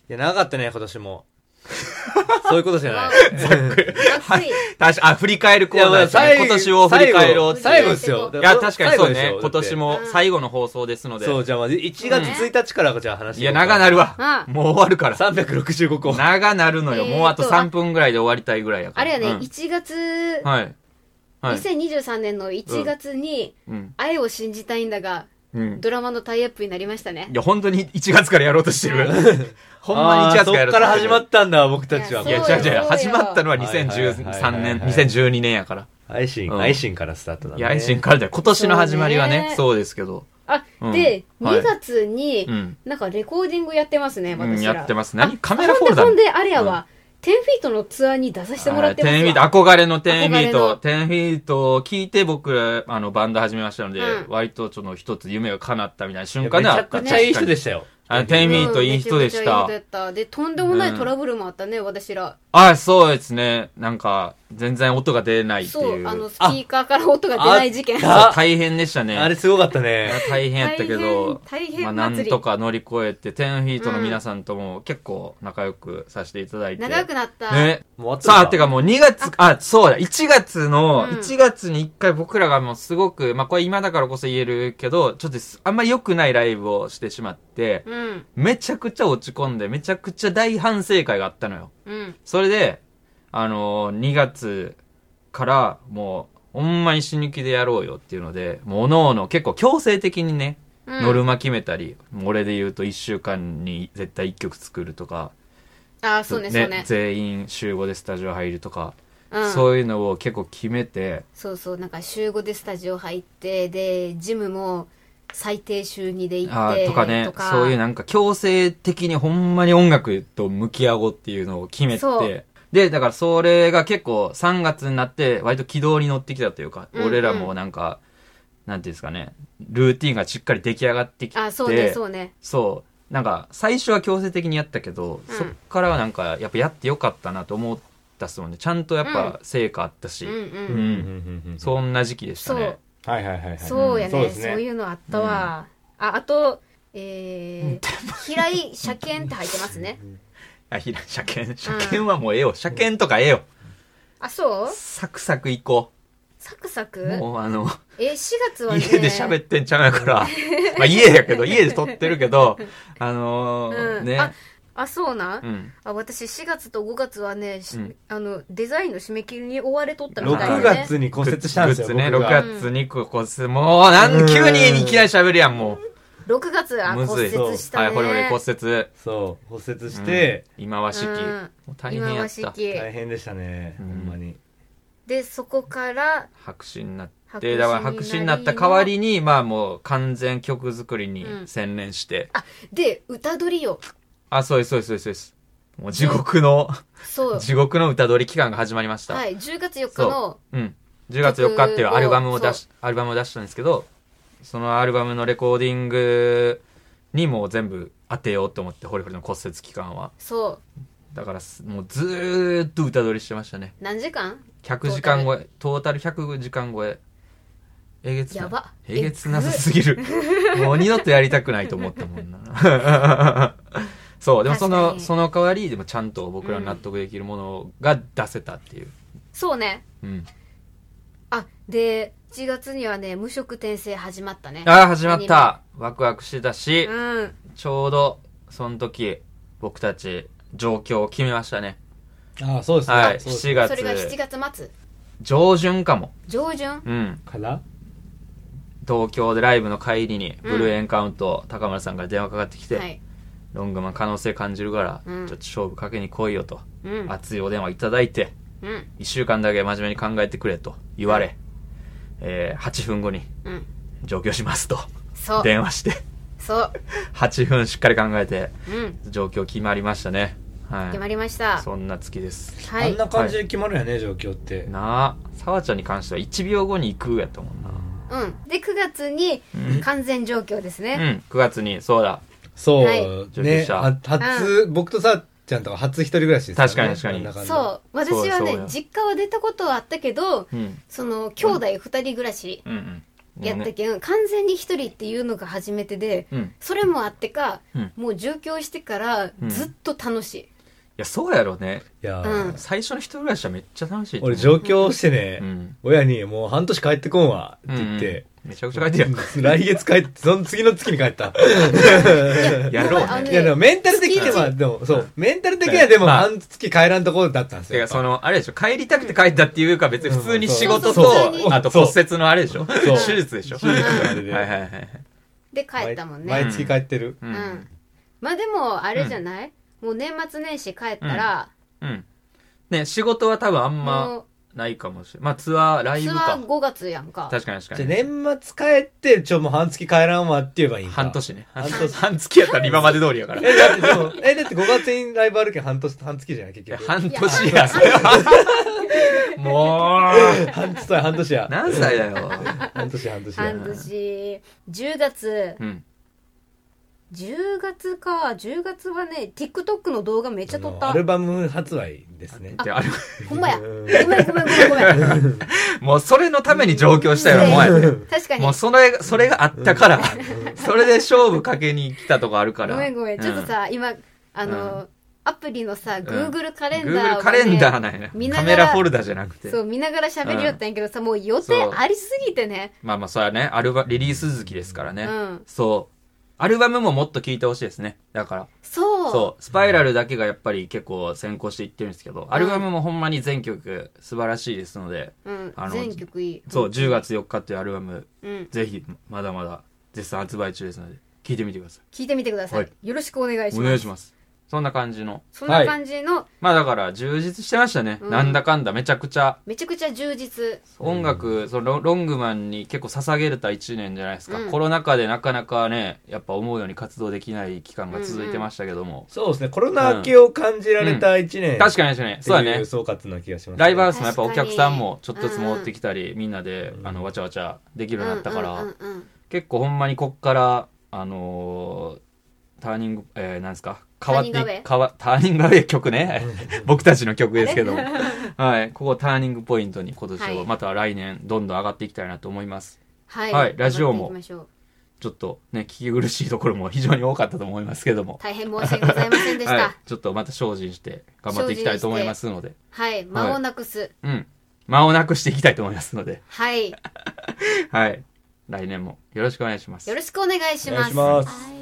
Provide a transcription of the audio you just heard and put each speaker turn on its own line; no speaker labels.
や、長かったね、今年も。そういうことじゃない。
ざっくり。確か、振り返るコーナーですね。今年を振り返ろうっていう。
最後ですよ。
いや、確かにそうね。今年も最後の放送ですので。
そう、じゃあまず1月1日からじゃあ話して。
いや、長なるわ。もう終わるから。
365個。
長なるのよ。もうあと3分ぐらいで終わりたいぐらいやから。
あれやね、1月、はい。2023年の1月に、愛を信じたいんだが、ドラマのタイアップになりましたね。
いや、本当に1月からやろうとしてる。ほんまに1月からやろうとしてる。
そっから始まったんだ、僕たちは。
いや、違う。始まったのは2013年、2012年やから。
愛心からスタートだね。
いや、愛心からだよ。今年の始まりはね、そうですけど。
で、2月に、なんかレコーディングやってますね、私ら。
やってます。何カメラフォルダー。
ほんで、あれやわ。10フィートのツアーに出させてもらってますわ。
10フィート、憧れの10フィート。10フィートを聞いて僕ら、バンド始めましたので、割とちょっと一つ夢が叶ったみたいな瞬間であった。
めちゃくちゃいい人でしたよ。
10フィートいい人でした。
で、とんでもないトラブルもあったね、私ら。
そうですね。なんか、全然音が出ないっていう。
そう、スピーカーから音が出ない事件。
大変でしたね。
あれすごかったね。
大変やったけど、
大変
まあなんとか乗り越えて、10フィートの皆さんとも結構仲良くさせていただいて。
仲良くなった。
ね。さあ、てかもう2月、そうだ、1月に1回僕らがもうすごく、まあこれ今だからこそ言えるけど、ちょっとあんまり良くないライブをしてしまって、めちゃくちゃ落ち込んで、めちゃくちゃ大反省会があったのよ。それで、2月からもう、ほんまに死ぬ気でやろうよっていうので、もう各々結構強制的にね、ノルマ決めたり、俺で言うと1週間に絶対1曲作るとか、
そうね、そうね。
全員週5でスタジオ入るとか、そういうのを結構決めて。
そう、なんか週5でスタジオ入って、で、ジムも、最低週2で行って
とかね、そういうなんか強制的にほんまに音楽と向き合おうっていうのを決めて、で、だからそれが結構3月になって割と軌道に乗ってきたというか、俺らもなんか、なんていうんですかね、ルーティンがしっかり出来上がってきて、
そうね。
そう。なんか最初は強制的にやったけど、そっからはなんかやっぱやってよかったなと思ったっすもんね。ちゃんとやっぱ成果あったし、そんな時期でしたね。
はい。
そうやね。そういうのあったわ。あと、平井車検って入ってますね。
車検はもうええよ。車検とかええよ。
そう
サクサク行こう。
サクサク
もう
4月はね。
家で喋ってんちゃうやから。まあ家やけど、家で撮ってるけど、ね。
そうな。私4月と5月はね、デザインの締め切りに追われとったみたい
なね。6月に骨折したんですよ。
6月に骨折。もう、急にいきなり喋るやん、も
う。6月は骨折したね。
はい、ほれ骨折。
そう、骨折して、
今は四季。大変やった。
大変でしたね、ほんまに。
で、そこから、
白紙になって、だから白紙になった代わりに、まあもう完全曲作りに専念して。
で、歌取りよ。
そうです。もう地獄の歌取り期間が始まりました。
はい、10月4日の。
10月4日っていうアルバムを出したんですけど、そのアルバムのレコーディングにもう全部当てようと思って、ホリホリの骨折期間は。だからもうずーっと歌取りしてましたね。
何時間
?100 時間超え。トータル100時間超え。
やば。
えげつなさすぎる。もう二度とやりたくないと思ったもんな。そう、でもその代わり、でもちゃんと僕らの納得できるものが出せたっていう。
そうね。で、1月にはね、無職転生始まったね。
始まった。ワクワクしてたし、ちょうど、その時、僕たち、上京を決めましたね。
そうですね。
はい、7月。
それが7月末。
上旬かも。
上旬
から
東京でライブの帰りに、ブルーエンカウント、高村さんから電話かかってきて、ロングマン可能性感じるから、ちょっと勝負かけに来いよと、熱いお電話いただいて、1週間だけ真面目に考えてくれと言われ、8分後に、上京しますと、電話して、8分しっかり考えて、上京決まりましたね。
決まりました。
そんな月です。
あんな感じで決まるよね、上京って。
なあ、沢ちゃんに関しては1秒後に行くやったもんな。
で、9月に完全上京ですね。
9月に、そうだ。
そうね。僕とさちゃんとか初一人暮らしですよね。
確かに。
そう。私はね、実家は出たことはあったけど、その、兄弟2人暮らしやったけん、完全に一人っていうのが初めてで、それもあってか、もう上京してからずっと楽しい。い
や、そうやろね。
いや、
最初の一人暮らしはめっちゃ楽しい。
俺上京してね、親にもう半年帰ってこんわって言って、
めちゃくちゃ帰ってや
ん。来月帰って、その次の月に帰った。
やろうね。
いや、でもメンタル的には、でも、そう、メンタル的にはでも半月帰らんところだったんですよ。
いや、あれでしょ、帰りたくて帰ったっていうか別に普通に仕事と、あと骨折のあれでしょ手術でしょ手術のあれで。はいはいはい。
で、帰ったもんね。
毎月帰ってる。
うん。まあでも、あれじゃないもう年末年始帰ったら、
ね、仕事は多分あんま、ないかもしれない。まあツアー、ライブか。
ツアー5月やんか。
確かに確かに。
じゃあ年末帰って、もう半月帰らんわって言えばいいんか。
半年ね。半月やったら今まで通りやから。
だって5月にライブあるけど半月じゃない結局。
半年や、それは。も
う。半年や。
何歳だよ。
半年。
10月。10月か。10月はね、TikTok の動画めっちゃ撮った。
アルバム発売ですね。
ほんまや。ごめん。
もうそれのために上京したよ、お前。
確かに。
もうそれがあったから、それで勝負かけに来たとこあるから。
ごめん。ちょっとさ、今、アプリのさ、Google カレンダーを、
Google カレンダーなんや。カメラフォルダじゃなくて。
そう、見ながら喋りよったんやけどさ、もう予定ありすぎてね。
まあそれはね、リリース続きですからね。そう。アルバムももっと聴いてほしいですね。だから。そう。スパイラルだけがやっぱり結構先行していってるんですけど、アルバムもほんまに全曲素晴らしいですので。
全曲いい。
そう、10月4日っていうアルバム、ぜひ、まだまだ絶賛発売中ですので、聴いてみてください。
聴いてみてください。よろしくお願いします。
お願いします。そんな感じの。
ま
あだから充実してましたね。なんだかんだめちゃくちゃ
充実。
音楽、ロングマンに結構捧げれた1年じゃないですか。コロナ禍でなかなかね、やっぱ思うように活動できない期間が続いてましたけども。
そうですね。コロナ明けを感じられた1年。
確かにそうだね。
総括な気がします。
ライブハウスもやっぱお客さんもちょっとずつ戻ってきたり、みんなでわちゃわちゃできるようになったから、結構ほんまにこっから、ターニング、なんですか変わってターニングアウェイ曲ね。僕たちの曲ですけども。はい。ここターニングポイントに今年を、また来年どんどん上がっていきたいなと思います。はい。ラジオも、ちょっとね、聞き苦しいところも非常に多かったと思いますけども。
大変申し訳ございませんでした。
ちょっとまた精進して頑張っていきたいと思いますので。
はい。間をなくす。
間をなくしていきたいと思いますので。
はい。
はい。来年もよろしくお願いします。
よろしくお願いします。
お願いします。